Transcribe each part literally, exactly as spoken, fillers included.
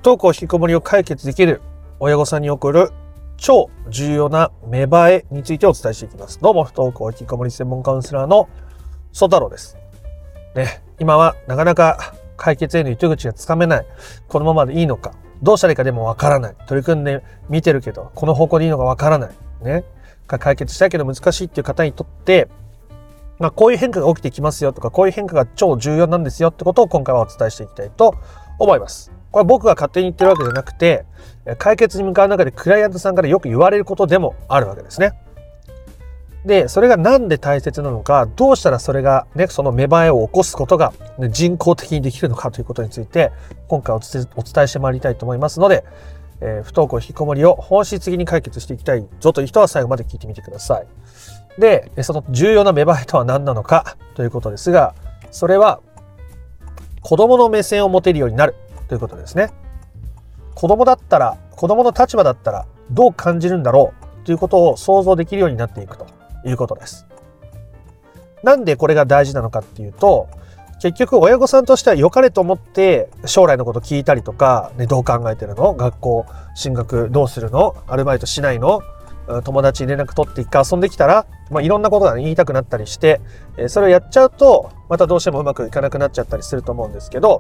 登校引きこもりを解決できる親御さんに送る超重要な芽生えについてお伝えしていきます。どうも、不登校引きこもり専門カウンセラーの曽太郎です。ね、今はなかなか解決への糸口がつかめない。このままでいいのか、どうしたらいいかでもわからない。取り組んで見てるけど、この方向でいいのかわからない。ね、解決したいけど難しいっていう方にとって、まあ、こういう変化が起きてきますよとか、こういう変化が超重要なんですよってことを今回はお伝えしていきたいと思います。これは僕が勝手に言ってるわけじゃなくて、解決に向かう中でクライアントさんからよく言われることでもあるわけですね。で、それがなんで大切なのか、どうしたらそれがね、その芽生えを起こすことが、ね、人工的にできるのかということについて、今回お伝えしてまいりたいと思いますので、えー、不登校引きこもりを本質的に解決していきたいぞという人は最後まで聞いてみてください。で、その重要な芽生えとは何なのかということですが、それは子供の目線を持てるようになるということですね。子供だったら、子供の立場だったらどう感じるんだろうということを想像できるようになっていくということです。なんでこれが大事なのかっていうと、結局親御さんとしては良かれと思って将来のこと聞いたりとか、ね、どう考えてるの、学校進学どうするの、アルバイトしないの、友達に連絡取って一回遊んできたら、まあ、いろんなことが、ね、言いたくなったりして、それをやっちゃうとまたどうしてもうまくいかなくなっちゃったりすると思うんですけど、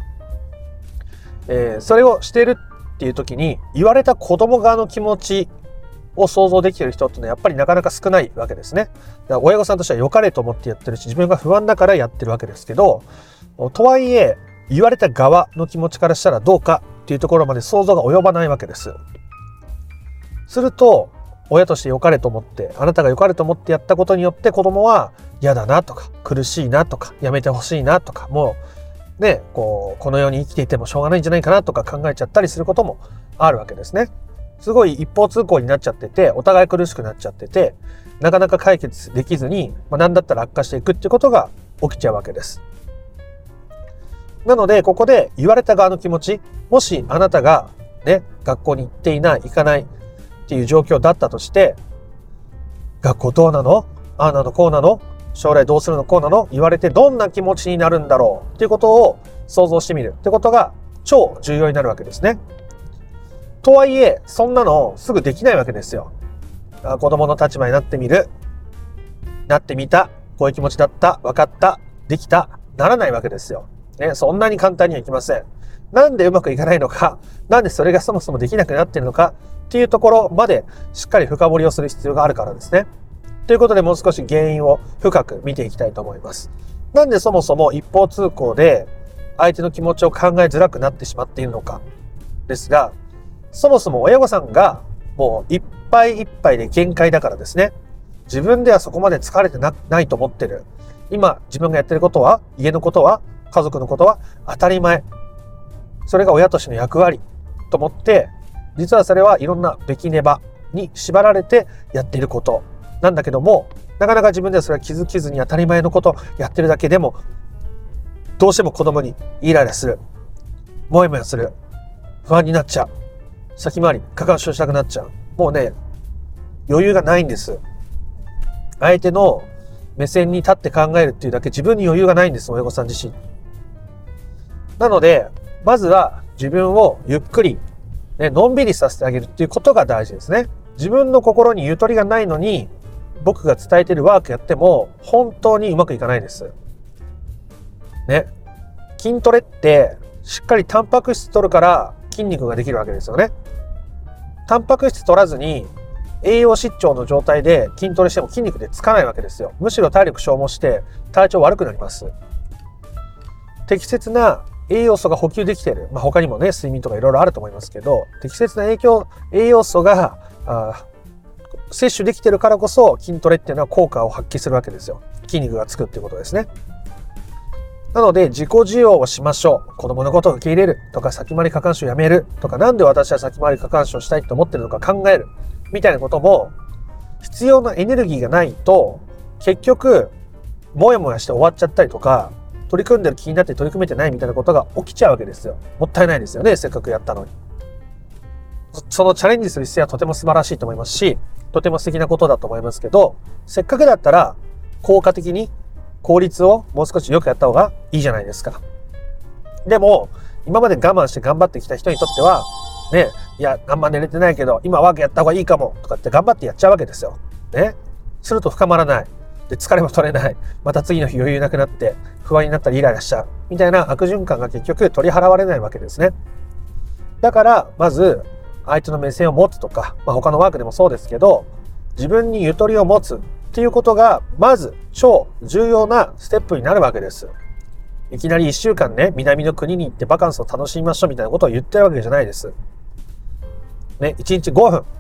えー、それをしているっていう時に言われた子供側の気持ちを想像できている人っていうのはやっぱりなかなか少ないわけですね。だから親御さんとしては良かれと思ってやってるし、自分が不安だからやってるわけですけど、とはいえ言われた側の気持ちからしたらどうかっていうところまで想像が及ばないわけです。すると親として良かれと思って、あなたが良かれと思ってやったことによって子供は嫌だなとか苦しいなとかやめてほしいなとか、もうね、こうこの世に生きていてもしょうがないんじゃないかなとか考えちゃったりすることもあるわけですね。すごい一方通行になっちゃってて、お互い苦しくなっちゃってて、なかなか解決できずに、まあ、何だったら悪化していくっていうことが起きちゃうわけです。なのでここで言われた側の気持ち、もしあなたがね、学校に行っていない、行かないっていう状況だったとして、学校どうなの、ああなのこうなの、将来どうするのこうなの、言われてどんな気持ちになるんだろうっていうことを想像してみるってことが超重要になるわけですね。とはいえそんなのすぐできないわけですよ。あ、子供の立場になってみる、なってみた、こういう気持ちだった、分かった、できた、ならないわけですよ、ね、そんなに簡単にはいきません。なんでうまくいかないのか、なんでそれがそもそもできなくなっているのかっていうところまでしっかり深掘りをする必要があるからですね。ということでもう少し原因を深く見ていきたいと思います。なんでそもそも一方通行で相手の気持ちを考えづらくなってしまっているのかですが、そもそも親御さんがもういっぱいいっぱいで限界だからですね。自分ではそこまで疲れて な, ないと思ってる。今自分がやってることは、家のことは、家族のことは当たり前。それが親としての役割と思って、実はそれはいろんなべきねばに縛られてやっていることなんだけども、なかなか自分ではそれは気づきずに当たり前のことをやってるだけでも、どうしても子供にイライラする、もやもやする、不安になっちゃう、先回り過干渉したくなっちゃう、もうね、余裕がないんです。相手の目線に立って考えるっていうだけ自分に余裕がないんです、親御さん自身。なのでまずは自分をゆっくりね、のんびりさせてあげるっていうことが大事ですね。自分の心にゆとりがないのに僕が伝えてるワークやっても本当にうまくいかないです。ね、筋トレってしっかりタンパク質取るから筋肉ができるわけですよね。タンパク質取らずに栄養失調の状態で筋トレしても筋肉でつかないわけですよ。むしろ体力消耗して体調悪くなります。適切な栄養素が補給できている、まあ、他にもね睡眠とかいろいろあると思いますけど、適切な影響栄養素があ摂取できているからこそ筋トレっていうのは効果を発揮するわけですよ。筋肉がつくっていうことですね。なので自己需要をしましょう。子供のことを受け入れるとか、先回り過干渉をやめるとか、なんで私は先回り過干渉したいと思ってるのか考えるみたいなことも、必要なエネルギーがないと結局もやもやして終わっちゃったりとか、取り組んでる気になって取り組めてないみたいなことが起きちゃうわけですよ。もったいないですよね、せっかくやったのに。そのチャレンジする姿勢はとても素晴らしいと思いますし、とても素敵なことだと思いますけど、せっかくだったら効果的に効率をもう少しよくやった方がいいじゃないですか。でも今まで我慢して頑張ってきた人にとっては、ね、いや、我慢寝れてないけど、今ワークやった方がいいかも、とかって頑張ってやっちゃうわけですよ。ね。すると深まらない。で、疲れも取れない。また次の日余裕なくなって、不安になったりイライラしちゃう。みたいな悪循環が結局取り払われないわけですね。だから、まず、相手の目線を持つとか、まあ、他のワークでもそうですけど、自分にゆとりを持つっていうことが、まず超重要なステップになるわけです。いきなりいっしゅうかんね、南の国に行ってバカンスを楽しみましょうみたいなことを言ってるわけじゃないです。ね、いちにちごふん。は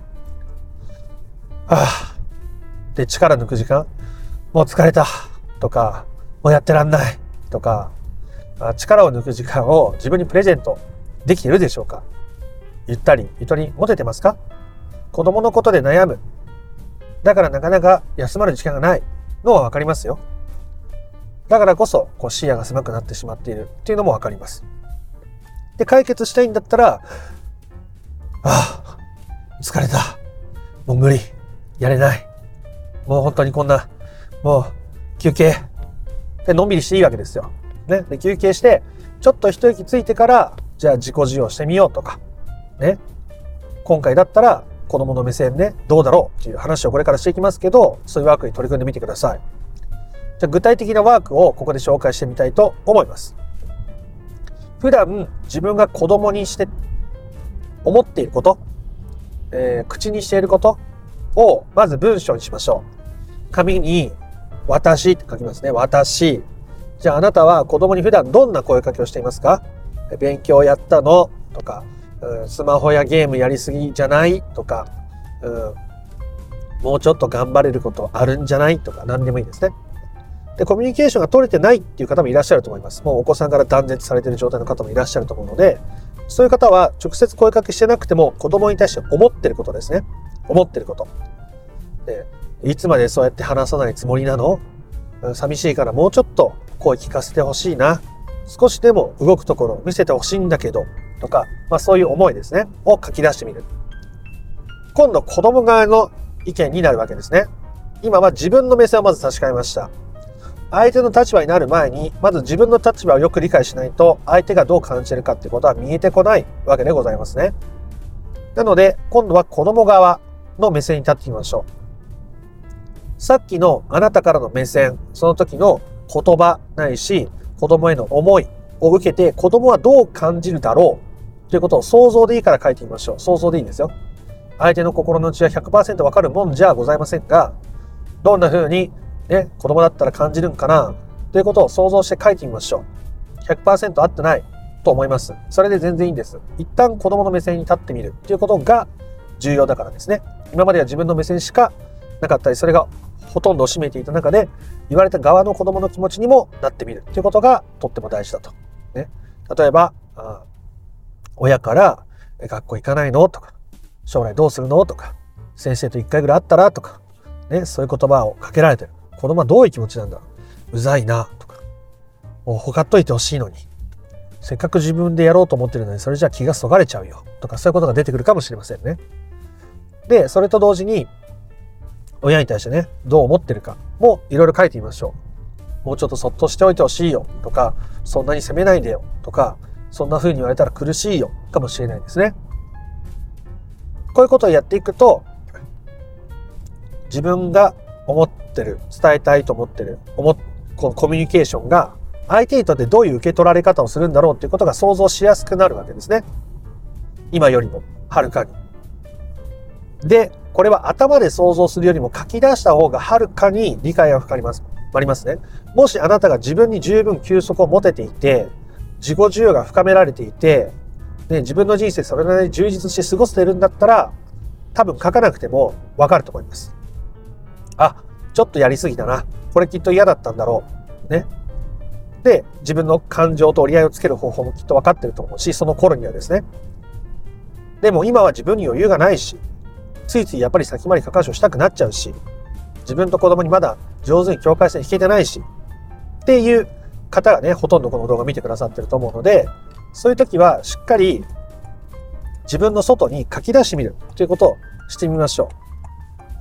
ぁ。で、力抜く時間。もう疲れた。とか、もうやってらんない。とか、力を抜く時間を自分にプレゼントできているでしょうか？ゆったり、ゆとり持ててますか？子供のことで悩む。だからなかなか休まる時間がないのはわかりますよ。だからこそ、こう視野が狭くなってしまっているっていうのもわかります。で、解決したいんだったら、ああ、疲れた。もう無理。やれない。もう本当にこんな、もう休憩。で、のんびりしていいわけですよ。ね。で、休憩して、ちょっと一息ついてから、じゃあ自己授与してみようとか、ね。今回だったら、子供の目線でどうだろうっていう話をこれからしていきますけど、そういうワークに取り組んでみてください。じゃあ具体的なワークをここで紹介してみたいと思います。普段自分が子供にして思っていること、えー、口にしていることをまず文章にしましょう。紙に私って書きますね。私。じゃああなたは子供に普段どんな声かけをしていますか？勉強やったの？とか、スマホやゲームやりすぎじゃないとか、うん、もうちょっと頑張れることあるんじゃないとか、何でもいいですね。で、コミュニケーションが取れてないっていう方もいらっしゃると思います。もうお子さんから断絶されている状態の方もいらっしゃると思うので、そういう方は直接声かけしてなくても子供に対して思ってることですね。思ってること。で、いつまでそうやって話さないつもりなの？寂しいからもうちょっと声聞かせてほしいな。少しでも動くところを見せてほしいんだけど、とか、まあそういう思いですね。を書き出してみる。今度子供側の意見になるわけですね。今は自分の目線をまず差し替えました。相手の立場になる前に、まず自分の立場をよく理解しないと、相手がどう感じているかっていうことは見えてこないわけでございますね。なので、今度は子供側の目線に立ってみましょう。さっきのあなたからの目線、その時の言葉ないし、子供への思いを受けて、子供はどう感じるだろうということを想像でいいから書いてみましょう。想像でいいんですよ。相手の心の内は ひゃくパーセント わかるもんじゃございませんが、どんな風にね、子供だったら感じるんかなということを想像して書いてみましょう。ひゃくパーセント 合ってないと思います。それで全然いいんです。一旦子供の目線に立ってみるということが重要だからですね。今までは自分の目線しかなかったり、それがほとんどを占めていた中で、言われた側の子供の気持ちにもなってみるということがとっても大事だと。ね、例えば、あ親から学校行かないのとか、将来どうするのとか、先生と一回ぐらい会ったらとか、ね、そういう言葉をかけられてる。子供はどういう気持ちなんだ？うざいなとか、もうほかっといてほしいのに、せっかく自分でやろうと思ってるのにそれじゃ気がそがれちゃうよとか、そういうことが出てくるかもしれませんね。で、それと同時に親に対してね、どう思ってるかもいろいろ書いてみましょう。もうちょっとそっとしておいてほしいよとか、そんなに責めないでよとか、そんな風に言われたら苦しいよかもしれないですね。こういうことをやっていくと、自分が思ってる、伝えたいと思ってる、思っこのコミュニケーションが相手にとってどういう受け取られ方をするんだろうっていうことが想像しやすくなるわけですね。今よりもはるかに。で、これは頭で想像するよりも書き出した方がはるかに理解が深まります。深まりますね。もしあなたが自分に十分休息を持てていて、自己需要が深められていて、ね、自分の人生それなりに充実して過ごせてるんだったら、多分書かなくてもわかると思います。あ、ちょっとやりすぎだな。これきっと嫌だったんだろう。ね。で、自分の感情と折り合いをつける方法もきっと分かってると思うし、その頃にはですね。でも今は自分に余裕がないし、ついついやっぱり先回り過干渉したくなっちゃうし、自分と子供にまだ上手に境界線引けてないし、っていう方がね、ほとんどこの動画見てくださってると思うので、そういう時はしっかり自分の外に書き出してみるということをしてみましょう。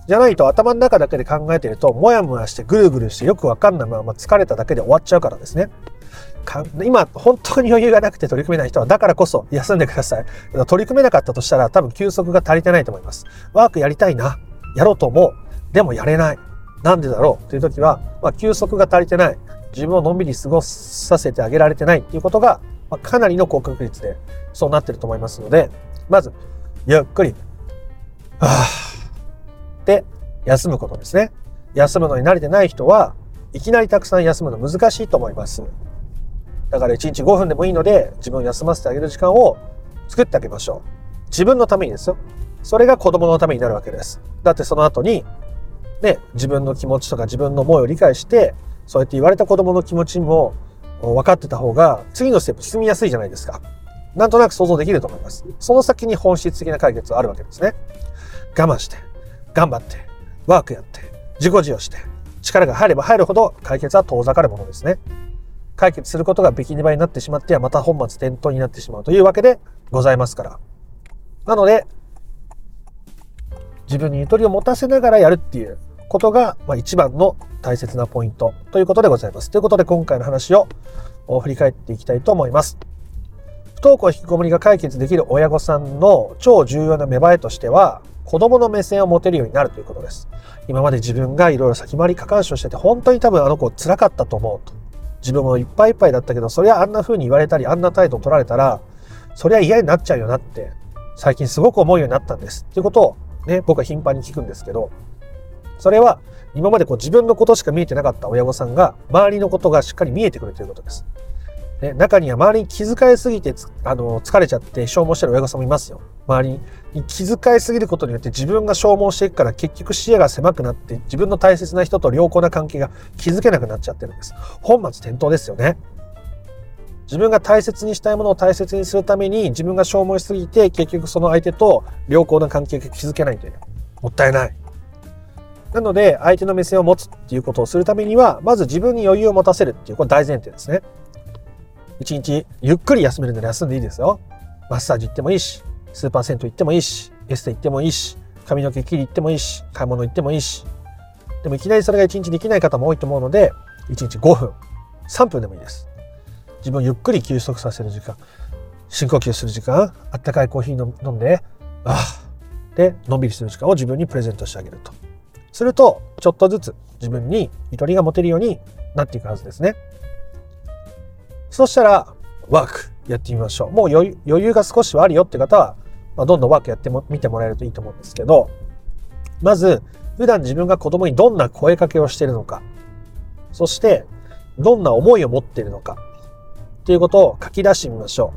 じゃないと頭の中だけで考えてると、もやもやしてぐるぐるしてよくわかんないまま疲れただけで終わっちゃうからですね。今、本当に余裕がなくて取り組めない人は、だからこそ休んでください。取り組めなかったとしたら、多分休息が足りてないと思います。ワークやりたいな。やろうと思う。でもやれない。なんでだろうっていう時は、まあ、休息が足りてない。自分をのんびり過ごさせてあげられてないっていうことが、まあ、かなりの高確率でそうなってると思いますので、まず、ゆっくり、はぁ、で、休むことですね。休むのに慣れてない人は、いきなりたくさん休むの難しいと思います。だからいちにちごふんでもいいので、自分を休ませてあげる時間を作ってあげましょう。自分のためにですよ。それが子供のためになるわけです。だってその後に、ね、自分の気持ちとか自分の思いを理解して、そうやって言われた子供の気持ちも分かってた方が、次のステップ進みやすいじゃないですか。なんとなく想像できると思います。その先に本質的な解決はあるわけですね。我慢して、頑張って、ワークやって、自己授与して、力が入れば入るほど解決は遠ざかるものですね。解決することがべきにばいになってしまってはまた本末転倒になってしまうというわけでございますから。なので、自分にゆとりを持たせながらやるっていうことが、まあ、一番の大切なポイントということでございます。ということで今回の話を振り返っていきたいと思います。不登校引きこもりが解決できる親御さんの超重要な芽生えとしては、子供の目線を持てるようになるということです。今まで自分がいろいろ先回り過干渉してて、本当に多分あの子辛かったと思うと。自分もいっぱいいっぱいだったけど、そりゃあんな風に言われたり、あんな態度を取られたら、そりゃ嫌になっちゃうよなって、最近すごく思うようになったんです。っていうことをね、僕は頻繁に聞くんですけど、それは今までこう自分のことしか見えてなかった親御さんが、周りのことがしっかり見えてくるということです。ね、中には周りに気遣いすぎてあの疲れちゃって消耗してる親御さんもいますよ。周りに気遣いすぎることによって自分が消耗していくから結局視野が狭くなって自分の大切な人と良好な関係が築けなくなっちゃってるんです。本末転倒ですよね。自分が大切にしたいものを大切にするために自分が消耗しすぎて結局その相手と良好な関係が築けないという。もったいない。なので相手の目線を持つっていうことをするためにはまず自分に余裕を持たせるっていうこれ大前提ですね。一日ゆっくり休めるなら休んでいいですよ。マッサージ行ってもいいし、スーパー銭湯行ってもいいし、エステ行ってもいいし、髪の毛切り行ってもいいし、買い物行ってもいいし。でもいきなりそれが一日できない方も多いと思うので、一日ごふん、さんぷんでもいいです。自分をゆっくり休息させる時間、深呼吸する時間、あったかいコーヒー飲んで、ああ、で、のんびりする時間を自分にプレゼントしてあげると。すると、ちょっとずつ自分にゆとりが持てるようになっていくはずですね。そしたら、ワークやってみましょう。もう余裕、余裕が少しはあるよって方は、まあ、どんどんワークやっても見てもらえるといいと思うんですけど、まず、普段自分が子供にどんな声かけをしているのか、そして、どんな思いを持っているのか、っていうことを書き出してみましょ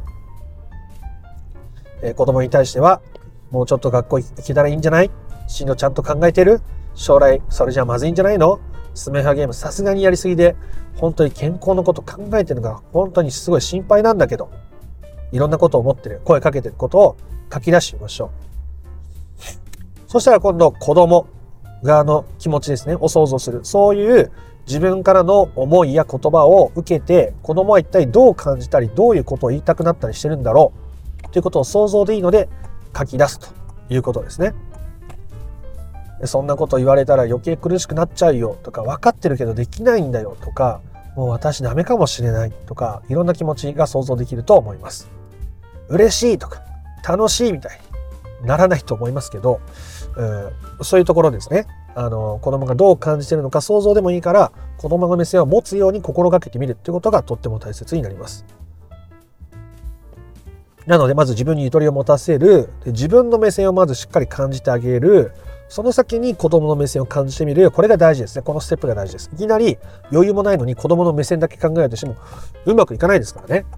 う。えー、子供に対しては、もうちょっと学校行けたらいいんじゃない？進路ちゃんと考えてる？将来、それじゃまずいんじゃないの？スマホゲームさすがにやりすぎで本当に健康のこと考えてるのが本当にすごい心配なんだけど、いろんなことを思ってる、声かけてることを書き出してみましょう。そしたら今度子供側の気持ちですねを想像する。そういう自分からの思いや言葉を受けて子供は一体どう感じたりどういうことを言いたくなったりしてるんだろうということを想像でいいので書き出すということですね。そんなこと言われたら余計苦しくなっちゃうよとか、分かってるけどできないんだよとか、もう私ダメかもしれないとか、いろんな気持ちが想像できると思います。嬉しいとか楽しいみたいにならないと思いますけど、うん、そういうところですね。あの子供がどう感じているのか想像でもいいから子供の目線を持つように心がけてみるっていうことがとっても大切になります。なのでまず自分にゆとりを持たせる、で自分の目線をまずしっかり感じてあげる、その先に子供の目線を感じてみる。これが大事ですね。このステップが大事です。いきなり余裕もないのに子供の目線だけ考えようとしてもうまくいかないですからね。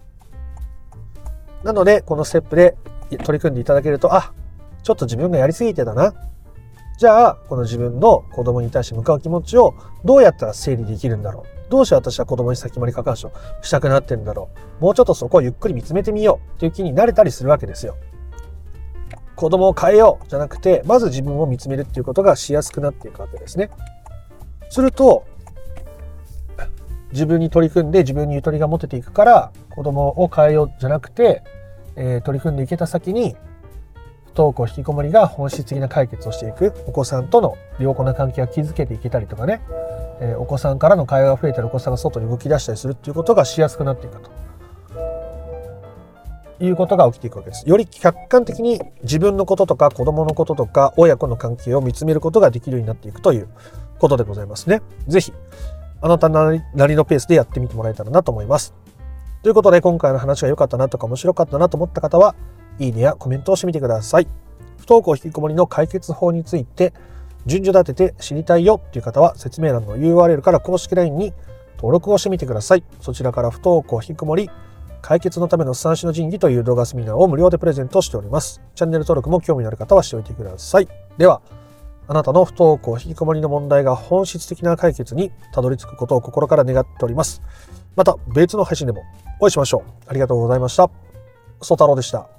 なのでこのステップで取り組んでいただけると、あ、ちょっと自分がやりすぎてたな。じゃあこの自分の子供に対して向かう気持ちをどうやったら整理できるんだろう。どうして私は子供に先回り過干渉したくなってるんだろう。もうちょっとそこをゆっくり見つめてみようっていう気になれたりするわけですよ。子供を変えようじゃなくて、まず自分を見つめるっていうことがしやすくなっていくわけですね。すると、自分に取り組んで自分にゆとりが持てていくから、子供を変えようじゃなくて、えー、取り組んでいけた先に、不登校引きこもりが本質的な解決をしていく、お子さんとの良好な関係を築けていけたりとかね、えー、お子さんからの会話が増えたり、お子さんが外に動き出したりするっていうことがしやすくなっていくということが起きていくわけです。より客観的に自分のこととか子供のこととか親子の関係を見つめることができるようになっていくということでございますね。ぜひあなたなりのペースでやってみてもらえたらなと思います。ということで、今回の話が良かったなとか面白かったなと思った方はいいねやコメントをしてみてください。不登校引きこもりの解決法について順序立てて知りたいよっていう方は、説明欄の ユーアールエル から公式 ライン に登録をしてみてください。そちらから不登校引きこもり解決のための三種の神器という動画セミナーを無料でプレゼントしております。チャンネル登録も興味のある方はしておいてください。では、あなたの不登校引きこもりの問題が本質的な解決にたどり着くことを心から願っております。また別の配信でもお会いしましょう。ありがとうございました。曽太郎でした。